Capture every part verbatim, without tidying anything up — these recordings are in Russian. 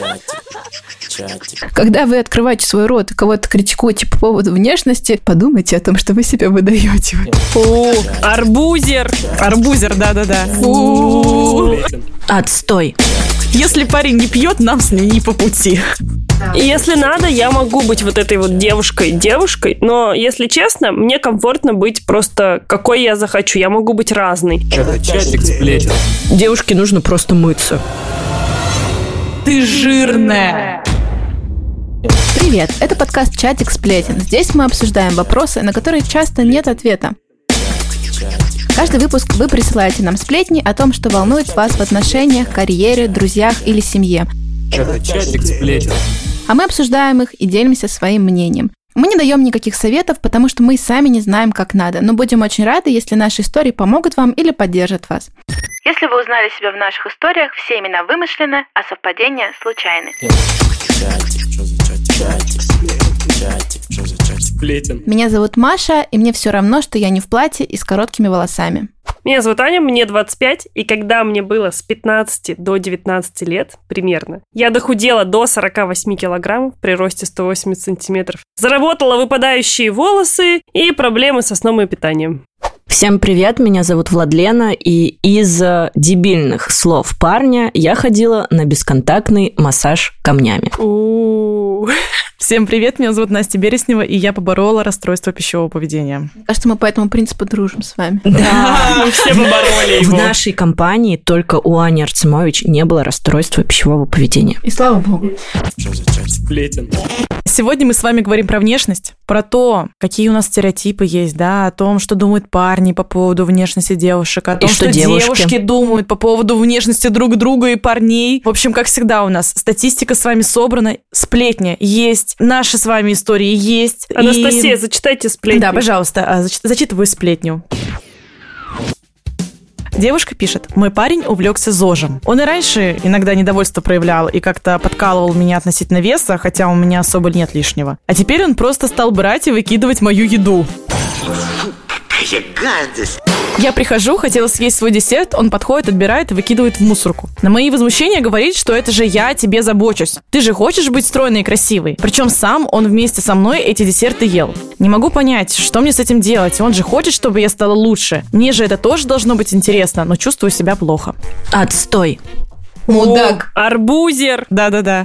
Когда вы открываете свой рот и кого-то критикуете по поводу внешности, подумайте о том, что вы себя выдаете. Фу, арбузер. Арбузер, да-да-да. Фу. Отстой. Если парень не пьет, нам с ним не по пути. И если надо, я могу быть вот этой вот девушкой-девушкой, но, если честно, мне комфортно быть просто какой я захочу. Я могу быть разной. Это чатик сплетен. Девушке нужно просто мыться. Ты жирная. Привет, это подкаст «Чатик сплетен». Здесь мы обсуждаем вопросы, на которые часто нет ответа. Каждый выпуск вы присылаете нам сплетни о том, что волнует вас в отношениях, карьере, друзьях или семье. Это чатик сплетен. А мы обсуждаем их и делимся своим мнением. Мы не даем никаких советов, потому что мы сами не знаем, как надо, но будем очень рады, если наши истории помогут вам или поддержат вас. Если вы узнали себя в наших историях, все имена вымышлены, а совпадения случайны. Меня зовут Маша, и мне все равно, что я не в платье и с короткими волосами. Меня зовут Аня, мне двадцать пять, и когда мне было с пятнадцати до девятнадцати лет, примерно, я дохудела до сорока восьми килограммов при росте сто восемьдесят сантиметров, заработала выпадающие волосы и проблемы со сном и питанием. Всем привет, меня зовут Владлена, и из дебильных слов парня я ходила на бесконтактный массаж камнями. У-у-у. Всем привет, меня зовут Настя Береснева, и я поборола расстройство пищевого поведения. Кажется, мы по этому принципу дружим с вами. Да, мы все побороли его. В нашей компании только у Ани Арцемович не было расстройства пищевого поведения. И слава богу. Сплетен. Сегодня мы с вами говорим про внешность, про то, какие у нас стереотипы есть, да, о том, что думают парни по поводу внешности девушек, о том, что, что девушки. девушки думают по поводу внешности друг друга и парней. В общем, как всегда у нас статистика с вами собрана, сплетня есть, наши с вами истории есть. Анастасия, и... зачитайте сплетню. Да, пожалуйста, зач... зачитываю сплетню. Девушка пишет: «Мой парень увлекся зожем. Он и раньше иногда недовольство проявлял и как-то подкалывал меня относительно веса, хотя у меня особо нет лишнего. А теперь он просто стал брать и выкидывать мою еду. Какая гадость!» Я прихожу, хотела съесть свой десерт, он подходит, отбирает и выкидывает в мусорку. На мои возмущения говорит, что это же я о тебе забочусь. Ты же хочешь быть стройной и красивой. Причем сам он вместе со мной эти десерты ел. Не могу понять, что мне с этим делать. Он же хочет, чтобы я стала лучше. Мне же это тоже должно быть интересно, но чувствую себя плохо. Отстой. Мудак. О, арбузер. Да-да-да.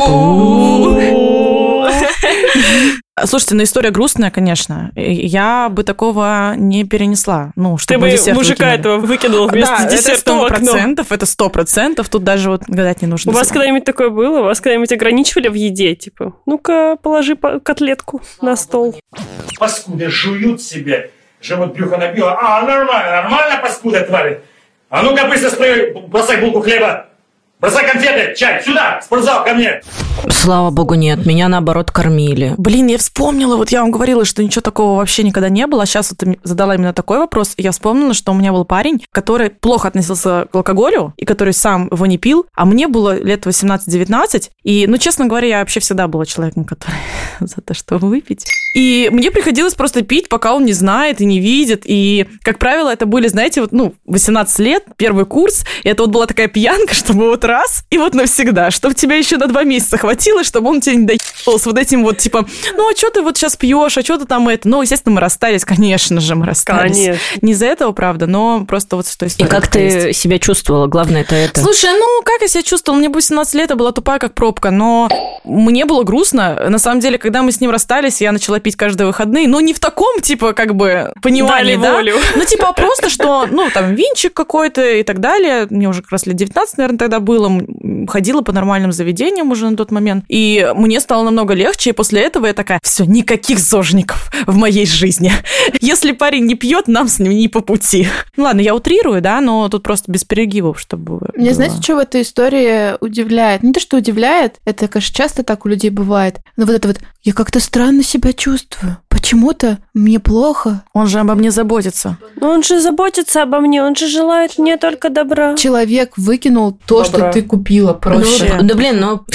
Фу. Слушайте, ну история грустная, конечно. Я бы такого не перенесла. Ну, Ты чтобы бы десерт мужика выкинули. этого выкинул вместе Да, с десертом в это окно. сто процентов, это сто процентов. Тут даже вот гадать не нужно. У вас когда-нибудь такое было? Вас когда-нибудь ограничивали в еде? Типа, ну-ка, положи котлетку на стол. Паскуды жуют себе, живот брюхо набило. А, нормально, нормально, паскуда, твари. А ну-ка, быстро спрыгай, бросай булку хлеба. Бросай конфеты, чай, сюда, в спортзал, ко мне. Слава богу, нет, меня наоборот кормили. Блин, я вспомнила, вот я вам говорила, что ничего такого вообще никогда не было, а сейчас вот ты задала именно такой вопрос, и я вспомнила, что у меня был парень, который плохо относился к алкоголю, и который сам его не пил, а мне было лет восемнадцать-девятнадцать, и, ну, честно говоря, я вообще всегда была человеком, который за то, чтобы выпить. И мне приходилось просто пить, пока он не знает и не видит, и, как правило, это были, знаете, вот, ну, восемнадцать лет, первый курс, и это вот была такая пьянка, чтобы вот раз, и вот навсегда, чтобы тебя еще на два месяца хватило, чтобы он тебя не доебал с вот этим вот, типа, ну, а что ты вот сейчас пьешь, а что ты там это? Ну, естественно, мы расстались, конечно же, мы расстались. Конечно. Не из-за этого, правда, но просто вот что история. И как ты есть. Себя чувствовала? Главное, это это. Слушай, ну, как я себя чувствовала? Мне было восемнадцать лет, я была тупая, как пробка, но мне было грустно. На самом деле, когда мы с ним расстались, я начала пить каждые выходные, но не в таком, типа, как бы, понимании, Дали да? волю. Ну, типа, а просто, что, ну, там, винчик какой-то и так далее. Мне уже как раз лет девятнадцать, наверное, тогда было. Ходила по нормальным заведениям уже на тот момент. И мне стало намного легче, и после этого я такая: все, никаких зожников в моей жизни. Если парень не пьет, нам с ним не по пути. Ну ладно, я утрирую, да, но тут просто без перегибов, чтобы... Мне, было. знаете, что в этой истории удивляет? Не то, что удивляет, это, конечно, часто так у людей бывает, но вот это вот: я как-то странно себя чувствую. Почему-то мне плохо. Он же обо мне заботится. Но он же заботится обо мне, он же желает мне только добра. Человек выкинул то, Добра. что ты купила просто. Вообще. Да блин, ну сейчас это, наверное,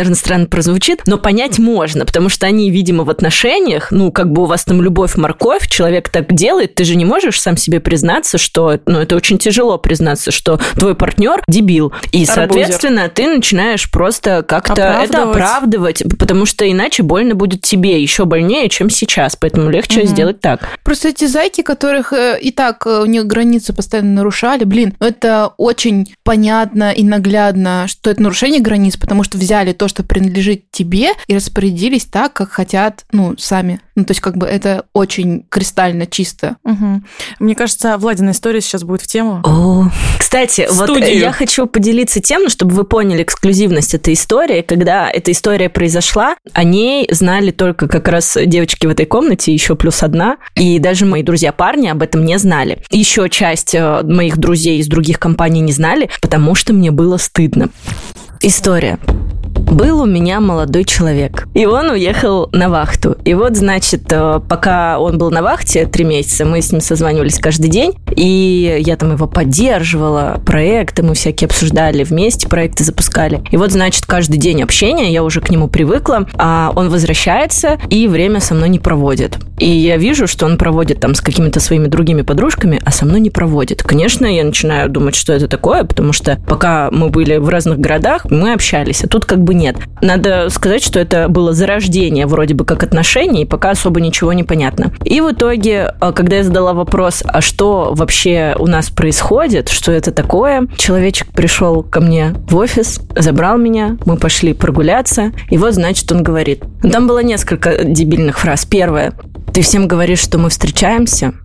наверное, странно прозвучит, но понять можно, потому что они, видимо, в отношениях, ну, как бы у вас там любовь-морковь, человек так делает, ты же не можешь сам себе признаться, что, ну, это очень тяжело признаться, что твой партнер дебил. И, соответственно, ты начинаешь просто как-то это оправдывать, потому что иначе больно будет тебе, еще больнее, чем сейчас, поэтому легче угу. сделать так. Просто эти зайки, которых и так у них границы постоянно нарушали, блин, это очень понятно и наглядно, что это нарушение границ, потому что взяли то, что принадлежит тебе, и распорядились так, как хотят, ну, сами. Ну, то есть, как бы это очень кристально чисто. Угу. Мне кажется, Владина история сейчас будет в тему. О, кстати, вот я хочу поделиться тем, чтобы вы поняли эксклюзивность этой истории. Когда эта история произошла, о ней знали только как раз девочки в этой комнате, еще плюс одна, и даже мои друзья-парни об этом не знали. Еще часть моих друзей из других компаний не знали, потому что мне было стыдно. История. Был у меня молодой человек, и он уехал на вахту. И вот, значит, пока он был на вахте три месяца, мы с ним созванивались каждый день, и я там его поддерживала, проекты мы всякие обсуждали, вместе проекты запускали. И вот, значит, каждый день общения, я уже к нему привыкла, а он возвращается и время со мной не проводит. И я вижу, что он проводит там с какими-то своими другими подружками, а со мной не проводит. Конечно, я начинаю думать, что это такое, потому что пока мы были в разных городах, мы общались, а тут как бы нет. Надо сказать, что это было зарождение вроде бы как отношений, и пока особо ничего не понятно. И в итоге, когда я задала вопрос, а что вообще у нас происходит, что это такое, человечек пришел ко мне в офис, забрал меня, мы пошли прогуляться, и вот, значит, он говорит. Там было несколько дебильных фраз. Первое. Ты всем говоришь, что мы встречаемся,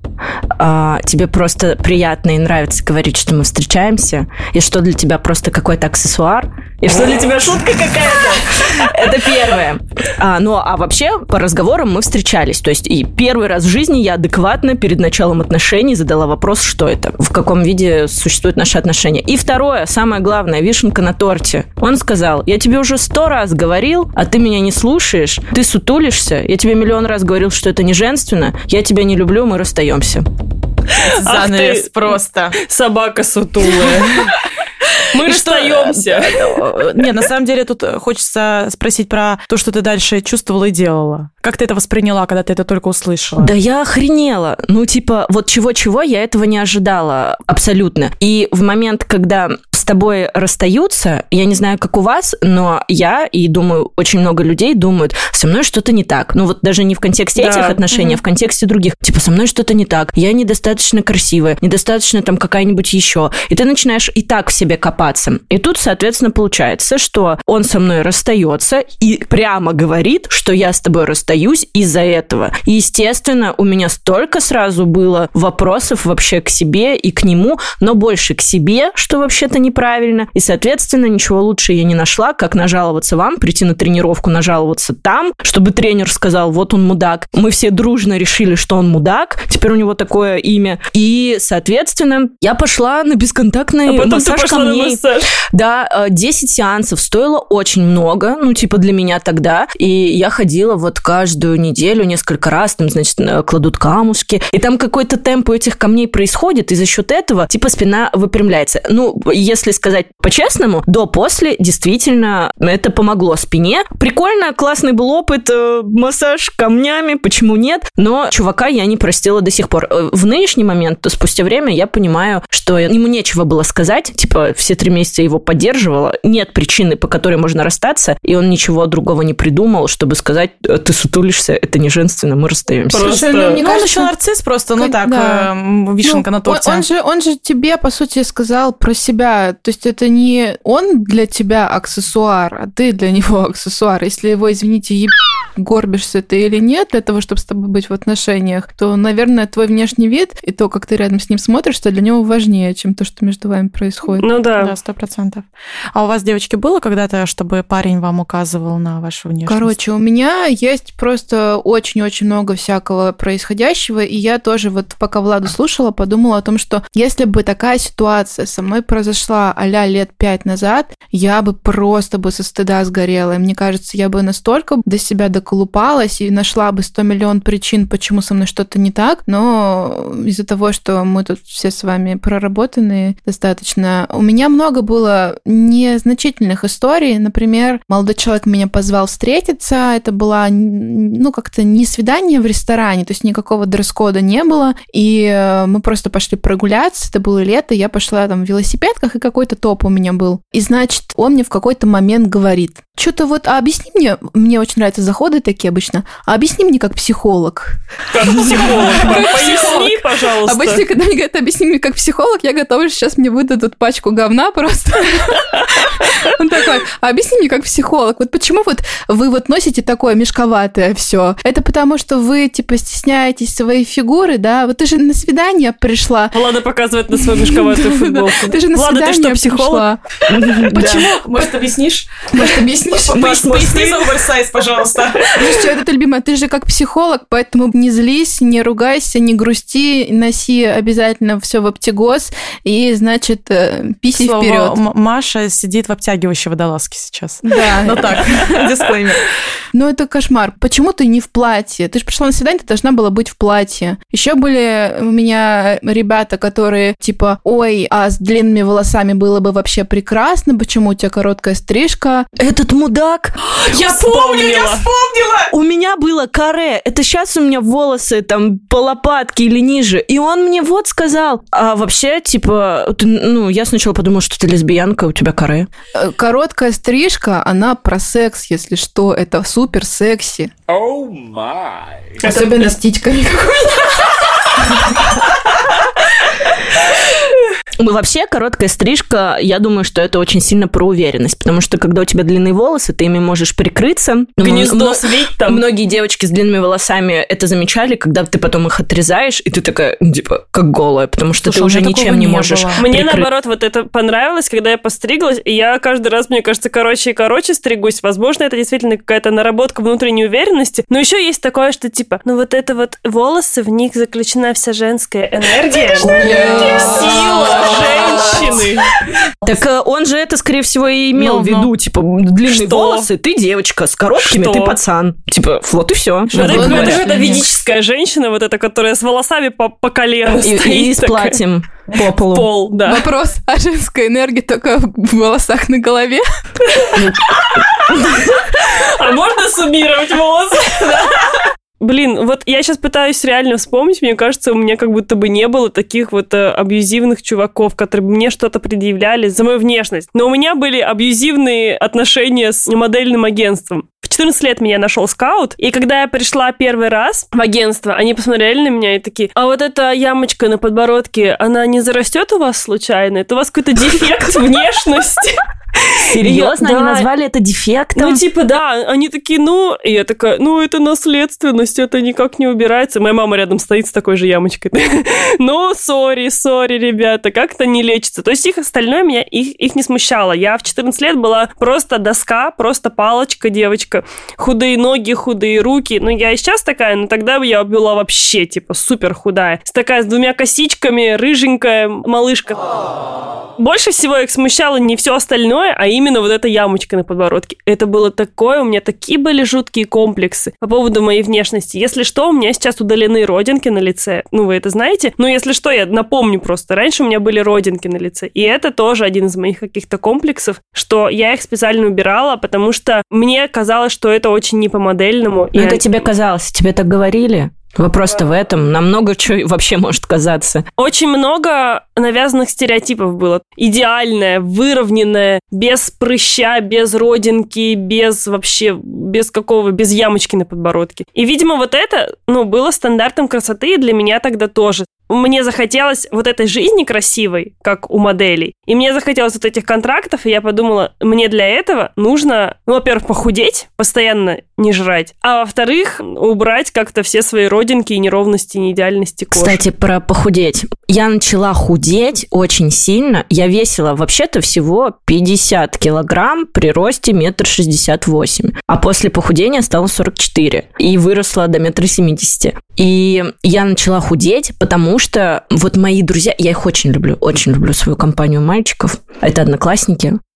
а тебе просто приятно и нравится говорить, что мы встречаемся, и что для тебя просто какой-то аксессуар, и что для тебя шутка какая-то. Это первое. А, ну, а вообще, по разговорам мы встречались. То есть, и первый раз в жизни я адекватно перед началом отношений задала вопрос, что это, в каком виде существуют наши отношения. И второе, самое главное, вишенка на торте. Он сказал, я тебе уже сто раз говорил, а ты меня не слушаешь, ты сутулишься, я тебе миллион раз говорил, что это не женственно, я тебя не люблю, мы расстаемся. Занавес просто. Собака сутулая. Мы расстаемся. Не, на самом деле тут хочется спросить про то, что ты дальше чувствовала и делала. Как ты это восприняла, когда ты это только услышала? Да я охренела. Ну, типа, вот чего-чего я этого не ожидала абсолютно. И в момент, когда с тобой расстаются, я не знаю, как у вас, но я и, думаю, очень много людей думают, со мной что-то не так. Ну, вот даже не в контексте да. этих отношений, угу. а в контексте других. Типа, со мной что-то не так. Я недостаточно красивая, недостаточно там какая-нибудь еще. И ты начинаешь и так в себе копаться. И тут, соответственно, получается, что он со мной расстается и прямо говорит, что я с тобой расстаюсь из-за этого. И, естественно, у меня столько сразу было вопросов вообще к себе и к нему, но больше к себе, что вообще-то неправильно. И, соответственно, ничего лучше я не нашла, как нажаловаться вам, прийти на тренировку, нажаловаться там, чтобы тренер сказал, вот он мудак. Мы все дружно решили, что он мудак. Теперь у него такое имя. И, соответственно, я пошла на бесконтактный а массаж камней. Массаж. Да, десять сеансов стоило очень много, ну, типа для меня тогда. И я ходила вот каждую неделю несколько раз, там, значит, кладут камушки. И там какой-то темп у этих камней происходит, и за счет этого, типа, спина выпрямляется. Ну, если сказать по-честному, до-после действительно это помогло спине. Прикольно, классный был опыт, э, массаж камнями, почему нет? Но чувака я не простила до сих пор. В нынешний момент, то спустя время, я понимаю, что ему нечего было сказать, типа, все три месяца его поддерживала, нет причины, по которой можно расстаться, и он ничего другого не придумал, чтобы сказать, ты сутулишься, это не женственно, мы расстаемся. Просто... Ну, мне ну, кажется, он еще нарцисс просто, ну так, да. э, вишенка ну, на торте. Он, он, же, он же тебе, по сути, сказал про себя, то есть это не он для тебя аксессуар, а ты для него аксессуар. Если его, извините, еб... горбишься ты или нет для того, чтобы с тобой быть в отношениях, то, наверное, твой внешний вид и то, как ты рядом с ним смотришься, для него важнее, чем то, что между вами происходит. Ну да. Да, сто процентов. А у вас, девочки, было когда-то, чтобы парень вам указывал на вашу внешность? Короче, у меня есть просто очень-очень много всякого происходящего, и я тоже вот пока Владу слушала, подумала о том, что если бы такая ситуация со мной произошла а-ля лет пять назад, я бы просто бы со стыда сгорела. И мне кажется, я бы настолько до себя доколупалась и нашла бы сто миллион причин, почему со мной что-то не так, но из-за того, что мы тут все с вами проработаны достаточно, у меня много было незначительных историй. Например, молодой человек меня позвал встретиться, это была, ну, как-то не свидание в ресторане, то есть никакого дресс-кода не было, и мы просто пошли прогуляться, это было лето, я пошла там в велосипедках, и какой-то топ у меня был. И, значит, он мне в какой-то момент говорит: что-то вот, а объясни мне, мне очень нравятся заходы такие обычно, а объясни мне как психолог. Как психолог? Поясни, пожалуйста. Обычно, когда мне говорят, объясни мне как психолог, я готова, сейчас мне выдадут пачку говна просто. Он такой: а объясни мне как психолог, вот почему вот вы вот носите такое мешковатое все? Это потому, что вы, типа, стесняетесь своей фигуры, да? Вот ты же на свидание пришла. Влада показывает на свою мешковатую футболку. Ты же на Влада, ты что, психолог? Почему? Может, объяснишь? Может, объяснишь? Поясни за оверсайз, пожалуйста. Ну что, это любимая, ты же как психолог, поэтому не злись, не ругайся, не грусти, носи обязательно все в оптигоз и, значит, писи вперед. Маша сидит в обтягивающей водолазке сейчас. Да. Ну так, дисклеймер. Ну это кошмар. Почему ты не в платье? Ты же пришла на свидание, ты должна была быть в платье. Еще были у меня ребята, которые типа: ой, а с длинными волосами было бы вообще прекрасно, почему у тебя короткая стрижка? Этот мудак. Я помню, я вспомнила! У меня было каре. Это сейчас у меня волосы там по лопатке или ниже. И он мне вот сказал. А вообще, типа, ты, ну, я сначала подумала, что ты лесбиянка, у тебя каре. Короткая стрижка, она про секс, если что. Это супер секси. Оу май. Особенно с титьками. Вообще, короткая стрижка, я думаю, что это очень сильно про уверенность, потому что когда у тебя длинные волосы, ты ими можешь прикрыться. Гнездо слить там. Многие девочки с длинными волосами это замечали, когда ты потом их отрезаешь, и ты такая, типа, как голая, потому что Слушай, ты уже ничем не, не можешь было. Мне, прикрыть. наоборот, вот это понравилось, когда я постриглась, и я каждый раз, мне кажется, короче и короче стригусь. Возможно, это действительно какая-то наработка внутренней уверенности, но еще есть такое, что типа, ну вот это вот волосы, в них заключена вся женская энергия. Сила женщины. Так он же это, скорее всего, и имел Ну, в виду, ну. типа, длинные Что? волосы, ты девочка, с короткими Что? ты пацан. Типа, вот и все. Вот это какая-то ведическая женщина, вот эта, которая с волосами по, по колену И, стоит. и с такая. платьем по полу. Пол, да. Вопрос: а женская энергия только в волосах на голове? А можно суммировать волосы? Блин, вот я сейчас пытаюсь реально вспомнить, мне кажется, у меня как будто бы не было таких вот э, абьюзивных чуваков, которые мне что-то предъявляли за мою внешность. Но у меня были абьюзивные отношения с модельным агентством. В четырнадцать лет меня нашел скаут, и когда я пришла первый раз в агентство, они посмотрели на меня и такие: а вот эта ямочка на подбородке, она не зарастет у вас случайно? Это у вас какой-то дефект внешности? Серьезно? Я- Они да. назвали это дефектом? Ну, типа, да, они такие, ну... И я такая, ну, это наследственность, это никак не убирается. Моя мама рядом стоит с такой же ямочкой. Ну, сори, сори, ребята, как это не лечится? То есть их остальное меня, их, их не смущало. Я в четырнадцать лет была просто доска, просто палочка, девочка. Худые ноги, худые руки. Ну, я и сейчас такая, но тогда я была вообще, типа, супер худая. Такая с двумя косичками, рыженькая малышка. Больше всего их смущало не все остальное, а именно вот эта ямочка на подбородке. Это было такое, у меня такие были жуткие комплексы по поводу моей внешности. Если что, у меня сейчас удалены родинки на лице. Ну, вы это знаете? Но если что, я напомню просто. Раньше у меня были родинки на лице. И это тоже один из моих каких-то комплексов, что я их специально убирала, потому что мне казалось, что это очень не по-модельному. Ну, И это я- тебе казалось, тебе так говорили? Вопрос-то в этом. Нам много чего вообще может казаться. Очень много навязанных стереотипов было. Идеальное, выровненное, без прыща, без родинки, без вообще, без какого, без ямочки на подбородке. И, видимо, вот это, ну, было стандартом красоты и для меня тогда тоже. Мне захотелось вот этой жизни красивой, как у моделей. И мне захотелось вот этих контрактов, и я подумала, мне для этого нужно, ну, во-первых, похудеть, постоянно не жрать, а во-вторых, убрать как-то все свои родинки и неровности, неидеальности кожи. Кстати, про похудеть. Я начала худеть очень сильно. Я весила вообще-то всего пятьдесят килограмм при росте метр шестьдесят восемь. А после похудения стала сорок четыре. И выросла до метра семидесяти. И я начала худеть, потому что вот мои друзья... Я их очень люблю. Очень люблю свою компанию мальчиков. Это одноклассники.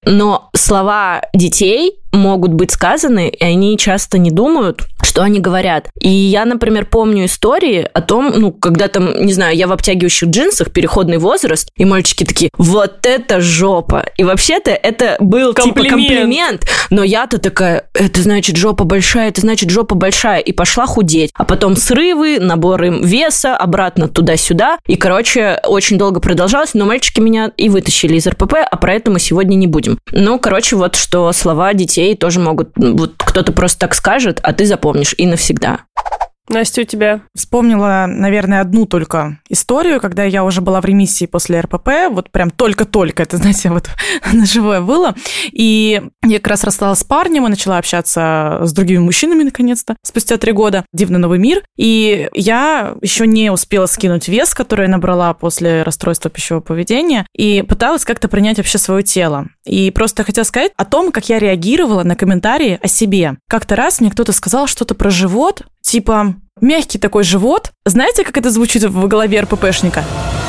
Но слова детей могут быть сказаны, и они часто не думают, что они говорят. И я, например, помню истории о том, ну, когда там, не знаю, я в обтягивающих джинсах, переходный возраст, и мальчики такие, вот это жопа. И вообще-то это был комплимент. типа комплимент, но я-то такая, это значит жопа большая, это значит жопа большая, и пошла худеть. А потом срывы, наборы веса, обратно туда-сюда, и, короче, очень долго продолжалось, но мальчики меня и вытащили из эр пэ пэ, а про это мы сегодня не будем. Ну, короче, вот что слова детей тоже могут, вот кто-то просто так скажет, а ты запомнишь и навсегда. Настя, у тебя? Вспомнила, наверное, одну только историю, когда я уже была в ремиссии после эр пэ пэ, вот прям только-только, это, знаете, вот на живое было, и я как раз рассталась с парнем и начала общаться с другими мужчинами, наконец-то, спустя три года. Дивный новый мир, и я еще не успела скинуть вес, который я набрала после расстройства пищевого поведения, и пыталась как-то принять вообще свое тело. И просто хотела сказать о том, как я реагировала на комментарии о себе. Как-то раз мне кто-то сказал что-то про живот, типа мягкий такой живот. Знаете, как это звучит в голове эр пэ пэшника?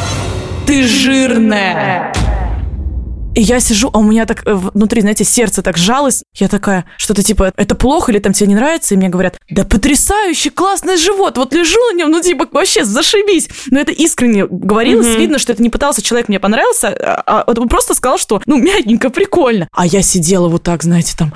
Ты жирная! И я сижу, а у меня так внутри, знаете, сердце так сжалось. Я такая, что-то типа, это плохо или там тебе не нравится? И мне говорят, да потрясающий, классный живот. Вот лежу на нем, ну типа, вообще зашибись. Но это искренне говорилось, mm-hmm. видно, что это не пытался человек, мне понравился, а он просто сказал, что, ну, мягенько, прикольно. А я сидела вот так, знаете, там.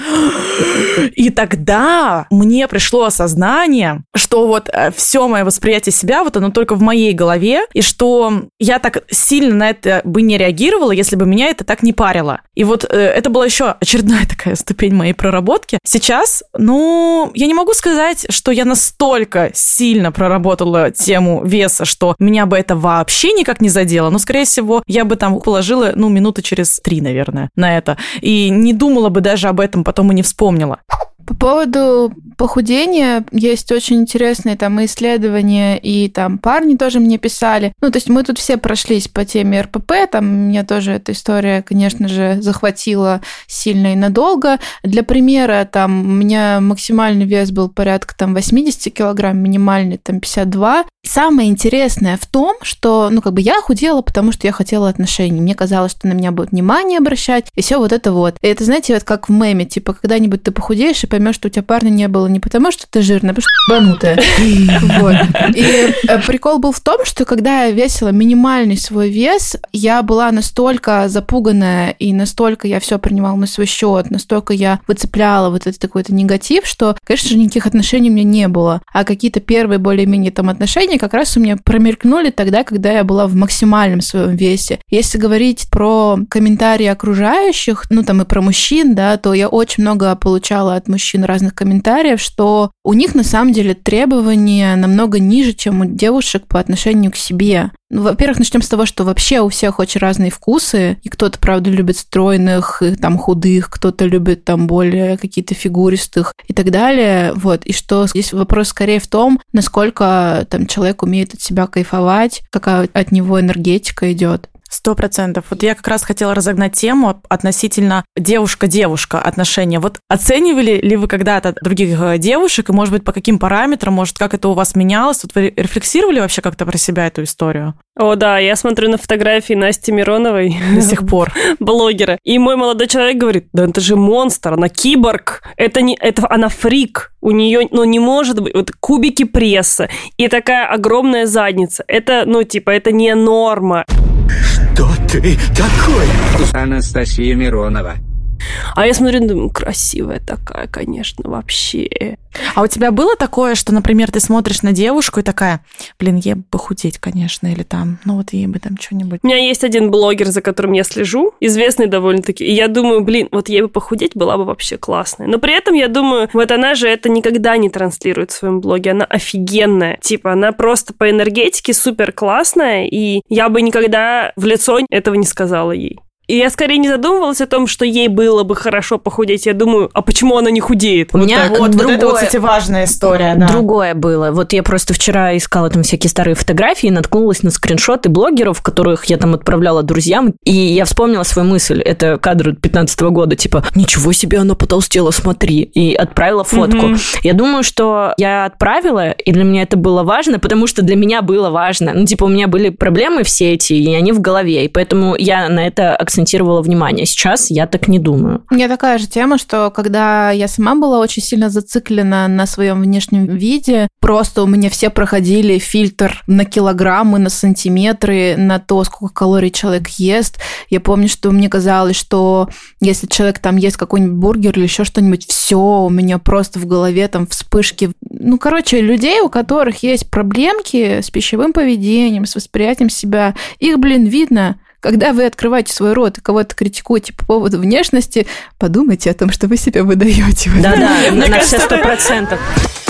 И тогда мне пришло осознание, что вот все мое восприятие себя, вот оно только в моей голове, и что я так сильно на это бы не реагировала, если бы меня это так не парило. И вот э, это была еще очередная такая ступень моей проработки. Сейчас, ну, я не могу сказать, что я настолько сильно проработала тему веса, что меня бы это вообще никак не задело, но, скорее всего, я бы там положила, ну, минуты через три, наверное, на это. И не думала бы даже об этом, потом и не вспомнила. По поводу похудения есть очень интересные там исследования, и там парни тоже мне писали. Ну, то есть мы тут все прошлись по теме эр пэ пэ, там меня тоже эта история, конечно же, захватила сильно и надолго. Для примера, там у меня максимальный вес был порядка там восемьдесят килограмм, минимальный там пятьдесят два. Самое интересное в том, что, ну, как бы я худела, потому что я хотела отношений. Мне казалось, что на меня будут внимание обращать, и все вот это вот. И это, знаете, вот как в меме, типа, когда-нибудь ты похудеешь и поймешь, что у тебя парня не было не потому, что ты жирная, а потому что банутая. Вот. И прикол был в том, что когда я весила минимальный свой вес, я была настолько запуганная, и настолько я все принимала на свой счет, настолько я выцепляла вот этот какой-то негатив, что, конечно же, никаких отношений у меня не было. А какие-то первые более-менее там отношения как раз у меня промелькнули тогда, когда я была в максимальном своем весе. Если говорить про комментарии окружающих, ну там и про мужчин, да, то я очень много получала от мужчин разных комментариев, что у них на самом деле требования намного ниже, чем у девушек по отношению к себе. Ну, во-первых, начнем с того, что вообще у всех очень разные вкусы, и кто-то, правда, любит стройных, и, там, худых, кто-то любит там более какие-то фигуристых и так далее, вот, и что здесь вопрос скорее в том, насколько там человек умеет от себя кайфовать, какая от него энергетика идет. Сто процентов. Вот я как раз хотела разогнать тему относительно девушка-девушка отношения. Вот оценивали ли вы когда-то других девушек, и, может быть, по каким параметрам, может, как это у вас менялось? Вот вы рефлексировали вообще как-то про себя эту историю? О, да, я смотрю на фотографии Насти Мироновой. До сих пор. Блогера. И мой молодой человек говорит, да это же монстр, она киборг. Это не, это она фрик. У нее, ну, не может быть, вот кубики пресса и такая огромная задница. Это, ну, типа, это не норма. Что ты такой? Анастасия Миронова. А я смотрю, думаю, красивая такая, конечно, вообще. А у тебя было такое, что, например, ты смотришь на девушку и такая, блин, ей бы похудеть, конечно, или там, ну вот ей бы там что-нибудь. У меня есть один блогер, за которым я слежу, известный довольно-таки, и я думаю, блин, вот ей бы похудеть была бы вообще классная. Но при этом я думаю, вот она же это никогда не транслирует в своем блоге, она офигенная. Типа, она просто по энергетике супер классная, и я бы никогда в лицо этого не сказала ей. И я скорее не задумывалась о том, что ей было бы хорошо похудеть. Я думаю, а почему она не худеет? У меня вот, другое, вот это, вот, кстати, важная история. Да. Другое было. Вот я просто вчера искала там всякие старые фотографии и наткнулась на скриншоты блогеров, которых я там отправляла друзьям. И я вспомнила свою мысль. Это кадры пятнадцатого года. Типа, ничего себе, она потолстела, смотри. И отправила фотку. Mm-hmm. Я думаю, что я отправила, и для меня это было важно, потому что для меня было важно. Ну, типа, у меня были проблемы все эти, и они в голове. И поэтому я на это акцентировала акцентировала внимание. Сейчас я так не думаю. У меня такая же тема, что когда я сама была очень сильно зациклена на своем внешнем виде, просто у меня все проходили фильтр на килограммы, на сантиметры, на то, сколько калорий человек ест. Я помню, что мне казалось, что если человек там ест какой-нибудь бургер или еще что-нибудь, все, у меня просто в голове там вспышки. Ну, короче, людей, у которых есть проблемки с пищевым поведением, с восприятием себя, их, блин, видно. Когда вы открываете свой рот и кого-то критикуете по поводу внешности, подумайте о том, что вы себя выдаете. Да-да, на все сто процентов.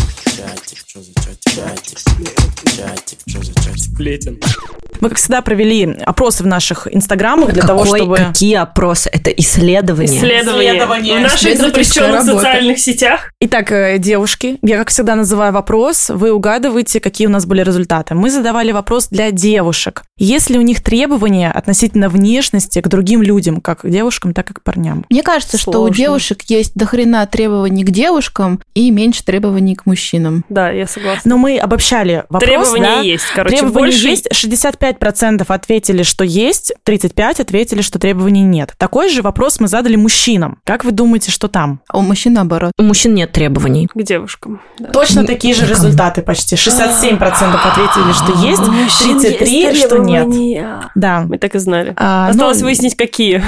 Мы, как всегда, провели опросы в наших инстаграмах для Какой, того, чтобы... Какие опросы? Это исследования. Исследования. Исследования. В наших запрещенных социальных сетях. Итак, девушки, я, как всегда, называю вопрос, вы угадываете, какие у нас были результаты. Мы задавали вопрос для девушек. Есть ли у них требования относительно внешности к другим людям, как к девушкам, так и к парням? Мне кажется, Сложно. что у девушек есть дохрена требований к девушкам и меньше требований к мужчинам. Да, я согласна. Но мы обобщали вопрос. Требования да? есть, короче, Требования больше... есть. шестьдесят пять процентов ответили, что есть, тридцать пять процентов ответили, что требований нет. Такой же вопрос мы задали мужчинам. Как вы думаете, что там? А у мужчин наоборот. У мужчин нет требований. К девушкам. Да. Точно не... такие же результаты почти. шестьдесят семь процентов ответили, что есть, тридцать три процента, что нет. Да. Мы так и знали. А, Осталось ну... выяснить, какие.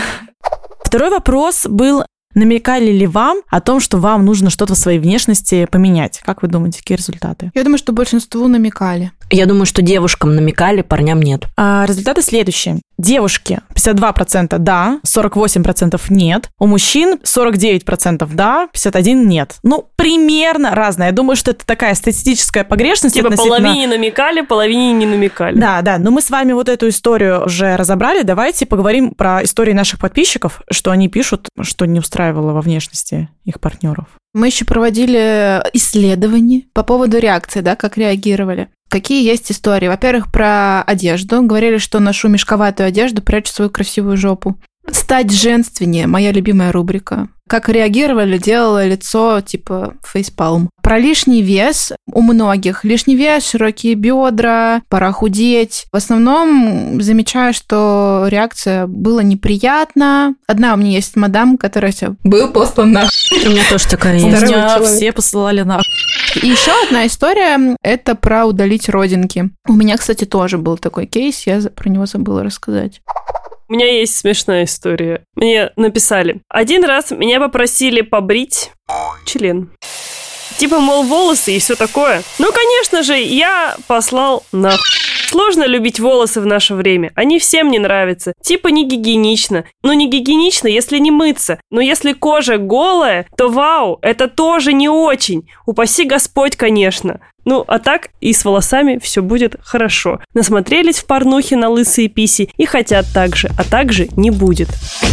Второй вопрос был... Намекали ли вам о том, что вам нужно что-то в своей внешности поменять? Как вы думаете, какие результаты? Я думаю, что большинству намекали. Я думаю, что девушкам намекали, парням нет. А, результаты следующие. Девушки пятьдесят два процента да, сорок восемь процентов нет. У мужчин сорок девять процентов да, пятьдесят один процент нет. Ну, примерно разное. Я думаю, что это такая статистическая погрешность. Типа относительно... половине намекали, половине не намекали. Да, да. Но мы с вами вот эту историю уже разобрали. Давайте поговорим про истории наших подписчиков, что они пишут, что не устраивало во внешности их партнеров. Мы еще проводили исследования по поводу реакции, да, как реагировали. Какие есть истории? Во-первых, про одежду. Говорили, что ношу мешковатую одежду, прячу свою красивую жопу. Стать женственнее, моя любимая рубрика. Как реагировали, делала лицо типа фейспалм. Про лишний вес у многих. Лишний вес, широкие бедра, пора худеть. В основном замечаю, что реакция была неприятна. Одна у меня есть мадам, которая все был послан на... У меня тоже такая есть. Меня все посылали на... И еще одна история – это про удалить родинки. У меня, кстати, тоже был такой кейс, я про него забыла рассказать. У меня есть смешная история. Мне написали. Один раз меня попросили побрить член. Типа, мол, волосы и все такое. Ну, конечно же, я послал нахуй. Сложно любить волосы в наше время. Они всем не нравятся. Типа не гигиенично. Ну, не гигиенично, если не мыться. Но если кожа голая, то вау, это тоже не очень. Упаси Господь, конечно. Ну, а так и с волосами все будет хорошо. Насмотрелись в порнухе на лысые писи и хотят так же, а так же не будет.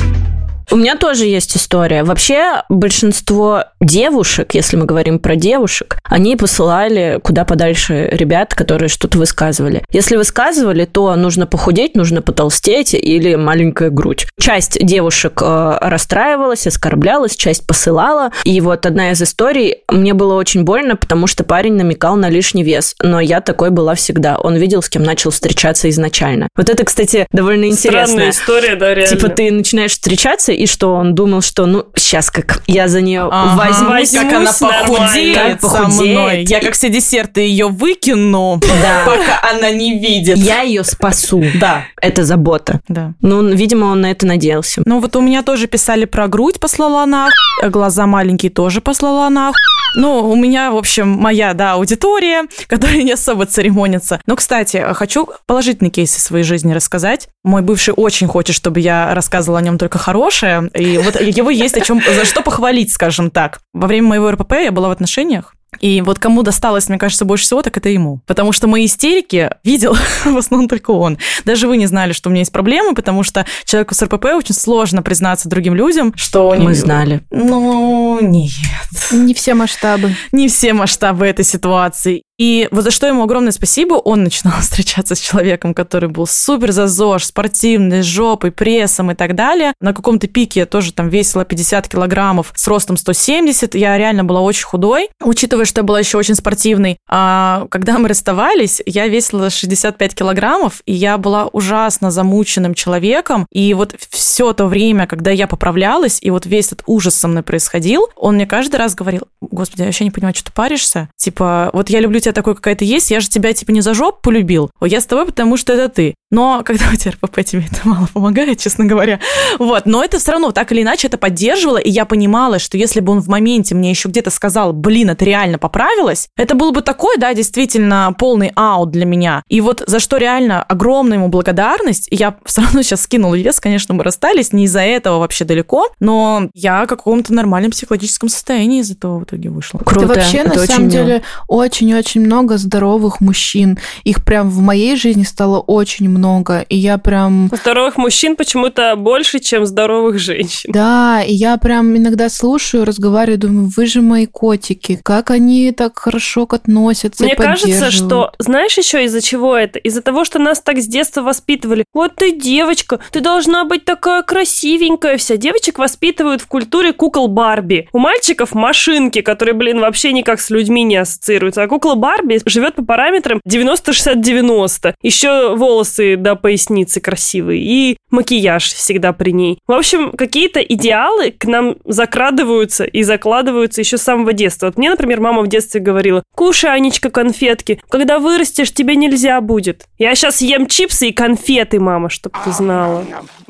У меня тоже есть история. Вообще, большинство девушек, если мы говорим про девушек, они посылали куда подальше ребят, которые что-то высказывали. Если высказывали, то нужно похудеть, нужно потолстеть или маленькая грудь. Часть девушек э, расстраивалась, оскорблялась, часть посылала. И вот одна из историй, мне было очень больно, потому что парень намекал на лишний вес. Но я такой была всегда. Он видел, с кем начал встречаться изначально. Вот это, кстати, довольно интересно. Странная история, да, реально. Типа ты начинаешь встречаться, и что он думал, что, ну, сейчас как я за нее ага. возьмусь, как она похудеет, как похудеет. Со мной. Я как все десерты ее выкину, да. пока она не видит. Я ее спасу. Да. Это забота. Да. Ну, видимо, он на это надеялся. Ну, вот у меня тоже писали про грудь, послала нахуй, глаза маленькие тоже послала нахуй. Ну, у меня, в общем, моя, да, аудитория, которая не особо церемонится. Но, кстати, хочу положительные кейсы своей жизни рассказать. Мой бывший очень хочет, чтобы я рассказывала о нем только хорошее. И вот его есть о чем, за что похвалить, скажем так. Во время моего РПП я была в отношениях. И вот кому досталось, мне кажется, больше всего, так это ему. Потому что мои истерики видел в основном только он. Даже вы не знали, что у меня есть проблемы, потому что человеку с РПП очень сложно признаться другим людям, что... Мы знали. Ну, нет. Не все масштабы. Не все масштабы этой ситуации. И вот за что ему огромное спасибо, он начинал встречаться с человеком, который был супер за ЗОЖ, спортивный, с жопой, прессом и так далее. На каком-то пике я тоже там весила пятьдесят килограммов с ростом сто семьдесят. Я реально была очень худой, учитывая, что я была еще очень спортивной. А когда мы расставались, я весила шестьдесят пять килограммов, и я была ужасно замученным человеком. И вот все то время, когда я поправлялась, и вот весь этот ужас со мной происходил, он мне каждый раз говорил: господи, я вообще не понимаю, что ты паришься? Типа, вот я люблю тебя такой, какая ты есть, я же тебя типа не за жопу полюбил, а я с тобой, потому что это ты. Но когда у тебя эр пэ пэ, тебе это мало помогает, честно говоря. Вот, но это все равно так или иначе это поддерживало, и я понимала, что если бы он в моменте мне еще где-то сказал: блин, это реально поправилась, это был бы такой, да, действительно полный аут для меня. И вот за что реально огромная ему благодарность. Я все равно сейчас скинула вес, конечно, мы расстались, не из-за этого вообще далеко, но я в каком-то нормальном психологическом состоянии из этого в итоге вышла. Круто. Это вообще, это на самом деле, очень-очень много здоровых мужчин. Их прям в моей жизни стало очень много, и я прям... Здоровых мужчин почему-то больше, чем здоровых женщин. Да, и я прям иногда слушаю, разговариваю, думаю: вы же мои котики, как они так хорошо относятся. Мне кажется, что, знаешь, еще из-за чего это? Из-за того, что нас так с детства воспитывали. Вот ты девочка, ты должна быть такая красивенькая вся. Девочек воспитывают в культуре кукол Барби. У мальчиков машинки, которые, блин, вообще никак с людьми не ассоциируются. А кукла Барби живет по параметрам девяносто шестьдесят девяносто. Еще волосы до поясницы красивые. И макияж всегда при ней. В общем, какие-то идеалы к нам закрадываются и закладываются еще с самого детства. Вот мне, например, мама в детстве говорила: кушай, Анечка, конфетки. Когда вырастешь, тебе нельзя будет. Я сейчас ем чипсы и конфеты, мама, чтоб ты знала.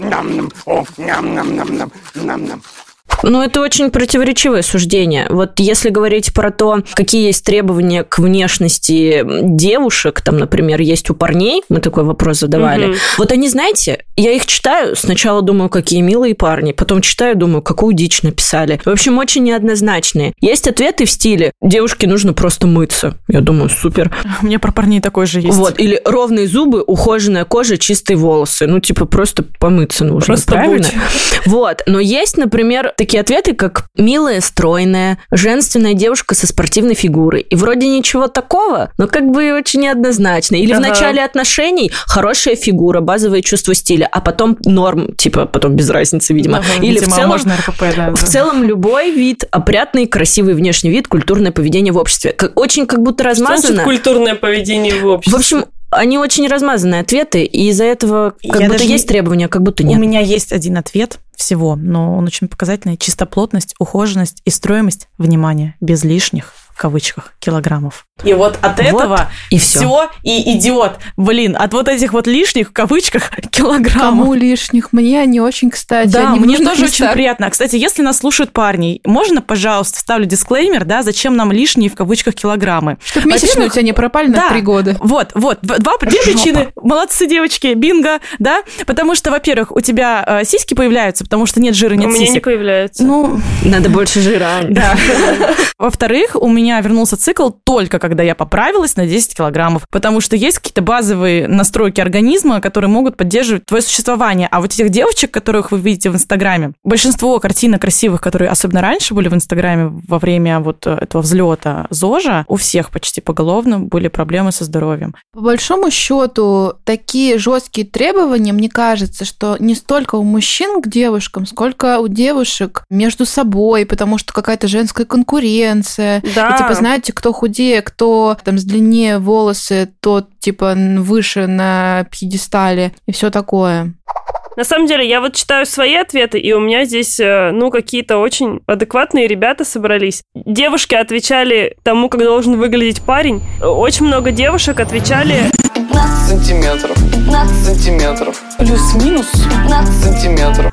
Ну, это очень противоречивое суждение. Вот если говорить про то, какие есть требования к внешности девушек, там, например, есть у парней, мы такой вопрос задавали. Mm-hmm. Вот они, знаете, я их читаю, сначала думаю, какие милые парни, потом читаю, думаю, какую дичь написали. В общем, очень неоднозначные. Есть ответы в стиле: девушке нужно просто мыться. Я думаю, супер. У меня про парней такой же есть. Вот, или ровные зубы, ухоженная кожа, чистые волосы. Ну, типа, просто помыться нужно, просто правильно? Будь. Вот, но есть, например, такие ответы, как милая, стройная, женственная девушка со спортивной фигурой. И вроде ничего такого, но как бы очень неоднозначно. Или ага. в начале отношений хорошая фигура, базовое чувство стиля, а потом норм, типа потом без разницы, видимо. Ага, Или видимо, в целом, можно эр пэ пэ, да, в да. целом любой вид, опрятный, красивый внешний вид, культурное поведение в обществе. Как, очень как будто размазано. Что значит культурное поведение в обществе? В общем, они очень размазанные ответы, и из-за этого как Я будто есть не... требования, как будто нет. У меня есть один ответ всего, но он очень показательный. Чистоплотность, ухоженность и строимость, внимание, без лишних, в кавычках, килограммов. И вот от этого вот и все. все и идет. Блин, от вот этих вот лишних, в кавычках, килограммов. Кому лишних? Мне они очень, кстати. Да, они мне тоже очень приятно. Кстати, если нас слушают парни, можно, пожалуйста, ставлю дисклеймер, да, зачем нам лишние, в кавычках, килограммы? Чтобы месячные у тебя не пропали на три года. Вот, вот. Два, две причины. Молодцы, девочки, бинго, да? Потому что, во-первых, у тебя э, сиськи появляются, потому что нет жира, нет сисек. У меня не появляются. Ну, надо больше жира. Да. Во-вторых, у меня вернулся цикл только когда я поправилась на десять килограммов, потому что есть какие-то базовые настройки организма, которые могут поддерживать твое существование. А вот этих девочек, которых вы видите в Инстаграме, большинство картинок красивых, которые особенно раньше были в Инстаграме во время вот этого взлета ЗОЖа, у всех почти поголовно были проблемы со здоровьем. По большому счету, такие жесткие требования, мне кажется, что не столько у мужчин к девушкам, сколько у девушек между собой, потому что какая-то женская конкуренция. Да. И, типа, знаете, кто худее, кто там с длиннее волосы, тот, типа, выше на пьедестале и все такое. На самом деле, я вот читаю свои ответы, и у меня здесь, ну, какие-то очень адекватные ребята собрались. Девушки отвечали тому, как должен выглядеть парень. Очень много девушек отвечали... пятнадцать сантиметров, пятнадцать сантиметров, плюс-минус пятнадцать сантиметров.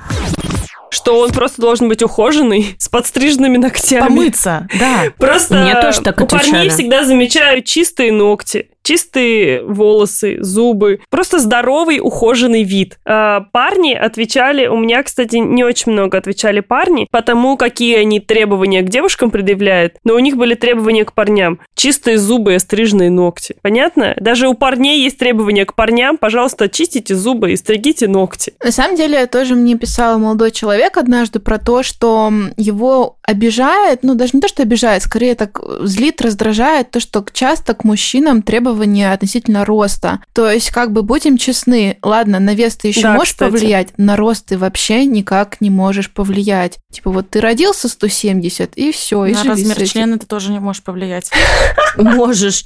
Что он просто должен быть ухоженный, с подстриженными ногтями. Помыться, да. Просто Мне тоже так у парней отвечали. всегда замечаю чистые ногти. чистые волосы, зубы, просто здоровый, ухоженный вид. А парни отвечали, у меня, кстати, не очень много отвечали парни, потому какие они требования к девушкам предъявляют, но у них были требования к парням. Чистые зубы и остриженные ногти. Понятно? Даже у парней есть требования к парням. Пожалуйста, чистите зубы и стригите ногти. На самом деле, тоже мне писал молодой человек однажды про то, что его обижает, ну, даже не то, что обижает, скорее так злит, раздражает то, что часто к мужчинам требования относительно роста. То есть, как бы, будем честны, ладно, на вес ты еще да, можешь кстати. повлиять, на рост ты вообще никак не можешь повлиять. Типа, вот ты родился сто семьдесят, и все, и на живи размер с этим. члена ты тоже не можешь повлиять. Можешь.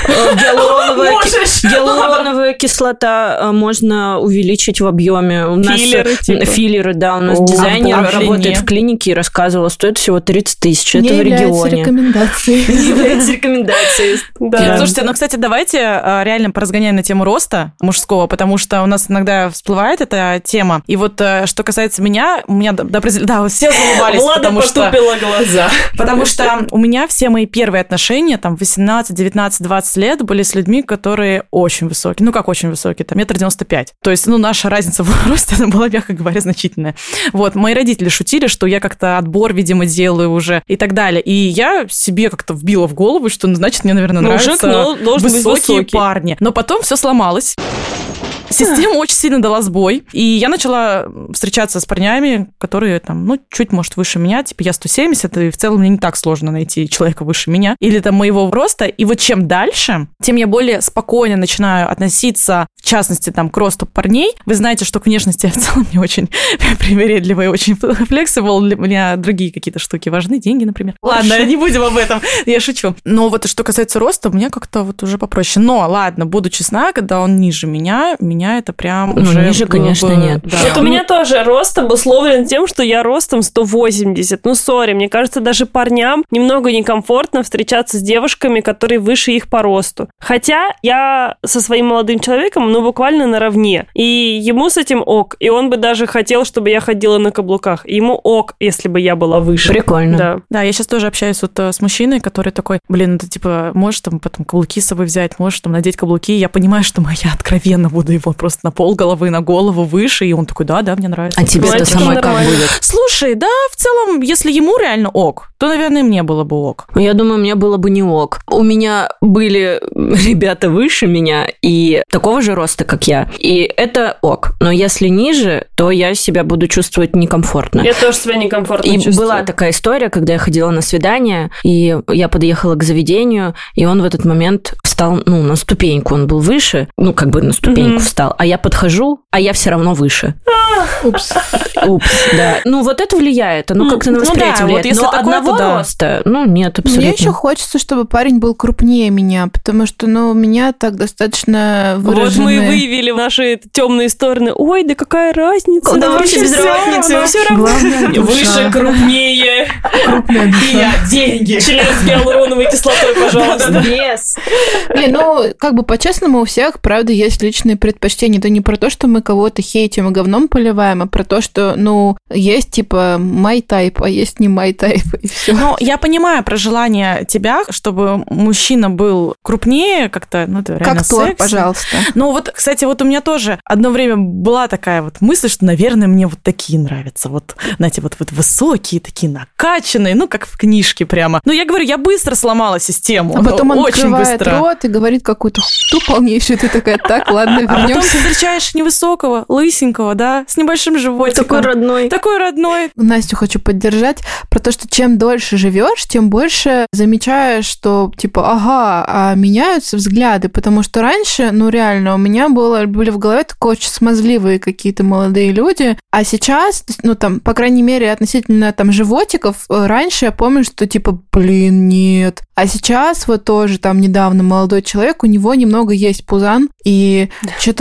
Гиалуроновая кислота можно увеличить в объеме. У нас Филлеры, типа. Филлеры, да. У нас дизайнер работает в клинике и рассказывала, стоит всего тридцать тысяч. Это в регионе. Рекомендацией. Не является рекомендацией. Да. Слушайте, ну, кстати, давайте а, реально поразгоняем на тему роста мужского, потому что у нас иногда всплывает эта тема. И вот а, что касается меня, у меня до, до определен- да, все заулыбались, Влада потому что... потупила глаза. Потому что у меня все мои первые отношения, там, восемнадцать, девятнадцать, двадцать лет, были с людьми, которые очень высокие. Ну, как очень высокие, там, метр девяносто пять. То есть, ну, наша разница в росте, она была, мягко говоря, значительная. Вот, мои родители шутили, что я как-то отбор, видимо, делаю уже и так далее. И я себе как-то вбила в голову, что, ну, значит, мне, наверное, Мужик, нравятся но должен быть высокие высокий. парни. Но потом все сломалось. Система очень сильно дала сбой, и я начала встречаться с парнями, которые там, ну, чуть, может, выше меня, типа я сто семьдесят, и в целом мне не так сложно найти человека выше меня, или там моего роста, и вот чем дальше, тем я более спокойно начинаю относиться, в частности, там, к росту парней. Вы знаете, что к внешности я в целом не очень привередливая, очень флексибл, для меня другие какие-то штуки важны, деньги, например. Ладно, не будем об этом, я шучу. Но вот что касается роста, у меня как-то вот уже попроще. Но, ладно, буду честна, когда он ниже меня, меня это прям ну, уже ниже, было конечно, бы... нет. Да. Вот у меня тоже рост обусловлен тем, что я ростом сто восемьдесят. Ну, сори, мне кажется, даже парням немного некомфортно встречаться с девушками, которые выше их по росту. Хотя я со своим молодым человеком, ну, буквально наравне. И ему с этим ок. И он бы даже хотел, чтобы я ходила на каблуках. И ему ок, если бы я была выше. Прикольно. Да. Да, я сейчас тоже общаюсь вот с мужчиной, который такой, блин, ты типа можешь там потом каблуки с собой взять, можешь там надеть каблуки. Я понимаю, что я откровенно буду его просто на пол головы, на голову выше, и он такой, да, да, мне нравится. А тебе это самой как будет? Слушай, да, в целом, если ему реально ок, то, наверное, и мне было бы ок. Я думаю, мне было бы не ок. У меня были ребята выше меня и такого же роста, как я, и это ок. Но если ниже, то я себя буду чувствовать некомфортно. Я тоже себя некомфортно и чувствую. Была такая история, когда я ходила на свидание, и я подъехала к заведению, и он в этот момент встал, ну, на ступеньку, он был выше, ну, как бы на ступеньку mm-hmm. встал, а я подхожу, а я все равно выше. Упс. Упс, да. Ну, вот это влияет, оно как-то на восприятие ну, да, влияет. вот если но такое, одного да. роста, ну, нет, абсолютно. Мне еще хочется, чтобы парень был крупнее меня, потому что, ну, у меня так достаточно выраженные... Вот мы и выявили наши темные стороны. Ой, да какая разница? Да вообще без разницы. Все равно. Выше, крупнее. Крупная душа. Деньги. Член с гиалуроновой кислотой, пожалуйста. Без. Блин, ну, как бы по-честному у всех, правда, есть личные предпочтения. Это не про то, что мы кого-то хейтим и говном поливаем, а про то, что, ну, есть, типа, my type, а есть не my type, и все. Ну, я понимаю про желание тебя, чтобы мужчина был крупнее, как-то, ну, это реально Как Тор, секси. пожалуйста. Ну, вот, кстати, вот у меня тоже одно время была такая вот мысль, что, наверное, мне вот такие нравятся. Вот, знаете, вот, вот высокие, такие накачанные, ну, как в книжке прямо. Но я говорю, я быстро сломала систему. А потом он очень открывает быстро. рот и говорит какую-то хуйню полнейшую, ты такая, так, ладно, А потом вернемся. ты встречаешь невысокого, лысенького, да, с небольшим животиком. Такой родной. Такой родной. Настю хочу поддержать про то, что чем дольше живешь, тем больше замечаешь, что типа, ага, а меняются взгляды, потому что раньше, ну реально, у меня было, были в голове такие очень смазливые какие-то молодые люди, а сейчас, ну там, по крайней мере, относительно там животиков, раньше я помню, что типа, блин, нет. А сейчас вот тоже там недавно молодой человек, у него немного есть пузан, и что-то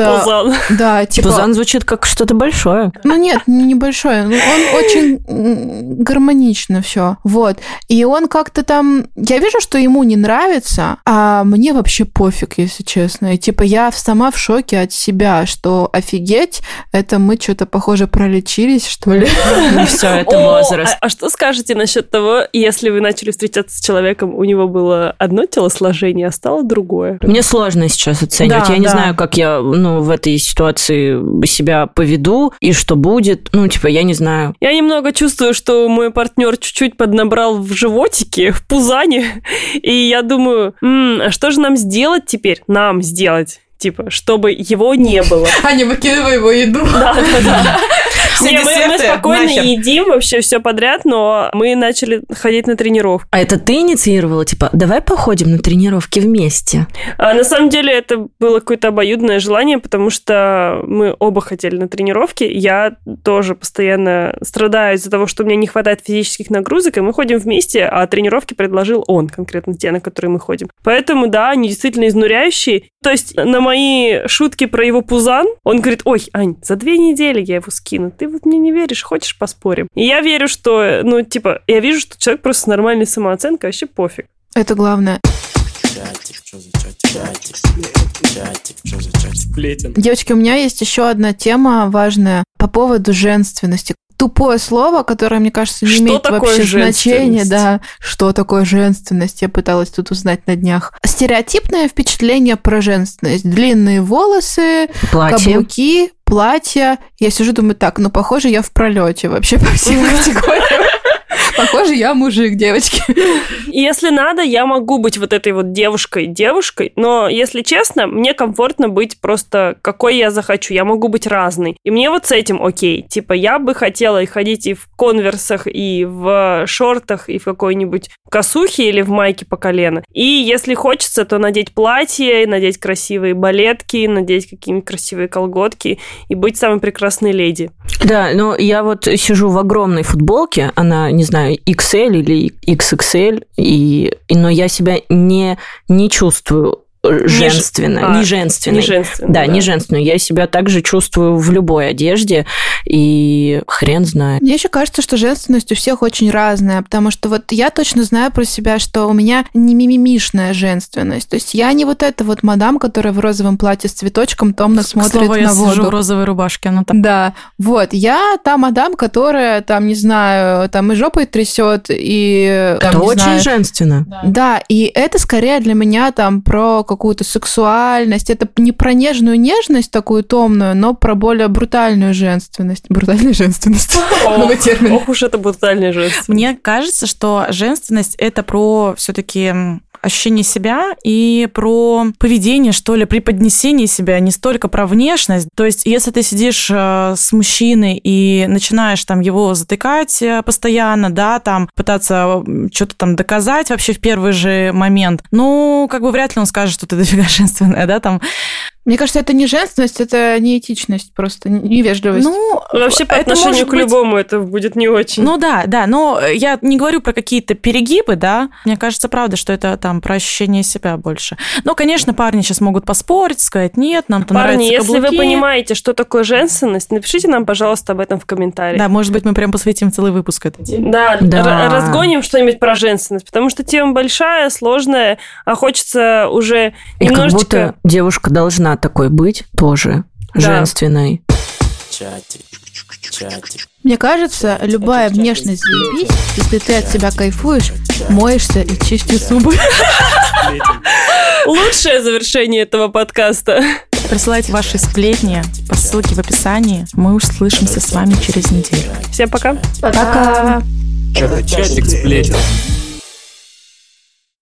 что-то... Пузан. Да, типа... Пузан звучит как что-то большое. Ну нет, небольшое. Он очень гармонично все. Вот. И он как-то там... Я вижу, что ему не нравится, а мне вообще пофиг, если честно. И типа я сама в шоке от себя, что офигеть, это мы что-то, похоже, пролечились, что ли. И все, это возраст. А что скажете насчет того, если вы начали встречаться с человеком, у него было одно телосложение, а стало другое? Мне сложно сейчас оценивать. Да, я не да. знаю, как я ну, в этой ситуации себя поведу и что будет. Ну, типа, я не знаю. Я немного чувствую, что мой партнер чуть-чуть поднабрал в животике, в пузане. И я думаю, м-м, а что же нам сделать теперь? Нам сделать. Типа, чтобы его не было. Аня, выкидывай его еду. Да, да, да. Все Не, мы, мы десерты спокойно нахер. едим вообще все подряд, но мы начали ходить на тренировки. А это ты инициировала? Типа, давай походим на тренировки вместе. А на самом деле это было какое-то обоюдное желание, потому что мы оба хотели на тренировки. Я тоже постоянно страдаю из-за того, что у меня не хватает физических нагрузок, и мы ходим вместе, а тренировки предложил он, конкретно те, на которые мы ходим. Поэтому, да, они действительно изнуряющие. То есть на мои шутки про его пузан он говорит: ой, Ань, за две недели я его скину. Ты вот мне не веришь, хочешь поспорим? И я верю, что, ну, типа, я вижу, что человек просто с нормальной самооценкой, вообще пофиг. Это главное. Сплетен. Девочки, у меня есть еще одна тема важная по поводу женственности. Тупое слово, которое, мне кажется, не Что имеет такое вообще значения, женственность? да. Что такое женственность? Я пыталась тут узнать на днях. Стереотипное впечатление про женственность. Длинные волосы, Платье. каблуки, платья. Я сижу, думаю, так, ну, похоже, я в пролете вообще по всем категориям. Похоже, я мужик, девочки. И если надо, я могу быть вот этой вот девушкой-девушкой, но, если честно, мне комфортно быть просто какой я захочу. Я могу быть разной. И мне вот с этим окей. Типа, я бы хотела и ходить и в конверсах, и в шортах, и в какой-нибудь косухе или в майке по колено. И если хочется, то надеть платье, надеть красивые балетки, надеть какие-нибудь красивые колготки и быть самой прекрасной леди. Да, но я вот сижу в огромной футболке, она, не знаю, икс эль или икс икс эль, и, и, но я себя не, не чувствую женственной, а, не женственной. Не женственной, да, да, не женственную. Я себя также чувствую в любой одежде, и хрен знает. Мне еще кажется, что женственность у всех очень разная, потому что вот я точно знаю про себя, что у меня не мимимишная женственность. То есть я не вот эта вот мадам, которая в розовом платье с цветочком томно смотрит К слову, на я воду. сижу в розовой рубашке, она там. Да, вот. Я та мадам, которая там, не знаю, там и жопой трясет, и... Там, Это не очень знаю, женственно. Да. да, и это скорее для меня там про какую-то сексуальность. Это не про нежную нежность такую томную, но про более брутальную женственность. Брутальная женственность. Новый термин. Ох уж это брутальная женственность. Мне кажется, что женственность – это про все-таки ощущение себя и про поведение, что ли, преподнесение себя, не столько про внешность. То есть, если ты сидишь с мужчиной и начинаешь там его затыкать постоянно, да, там пытаться что-то там доказать вообще в первый же момент, ну, как бы вряд ли он скажет, что ты дофига женственная, да, там. Мне кажется, это не женственность, это не этичность, просто невежливость. Ну, вообще по это отношению может к быть... любому это будет не очень. Ну да, да, но я не говорю про какие-то перегибы, да. Мне кажется, правда, что это там про ощущение себя больше. Но, конечно, парни сейчас могут поспорить, сказать, нет, нам-то Парни, нравятся если каблуки. вы понимаете, что такое женственность, напишите нам, пожалуйста, об этом в комментариях. Да, может быть, мы прям посвятим целый выпуск этой теме. Да, Да. р- разгоним что-нибудь про женственность, потому что тема большая, сложная, а хочется уже И как немножечко... будто девушка должна такой быть тоже Да. женственной. Чатик, чатик. Мне кажется, любая внешность заебись, если ты от себя кайфуешь, моешься и чистишь зубы. Лучшее завершение этого подкаста. Присылайте ваши сплетни по ссылке в описании. Мы услышимся с вами через неделю. Всем пока. Пока. Это чатик сплетен.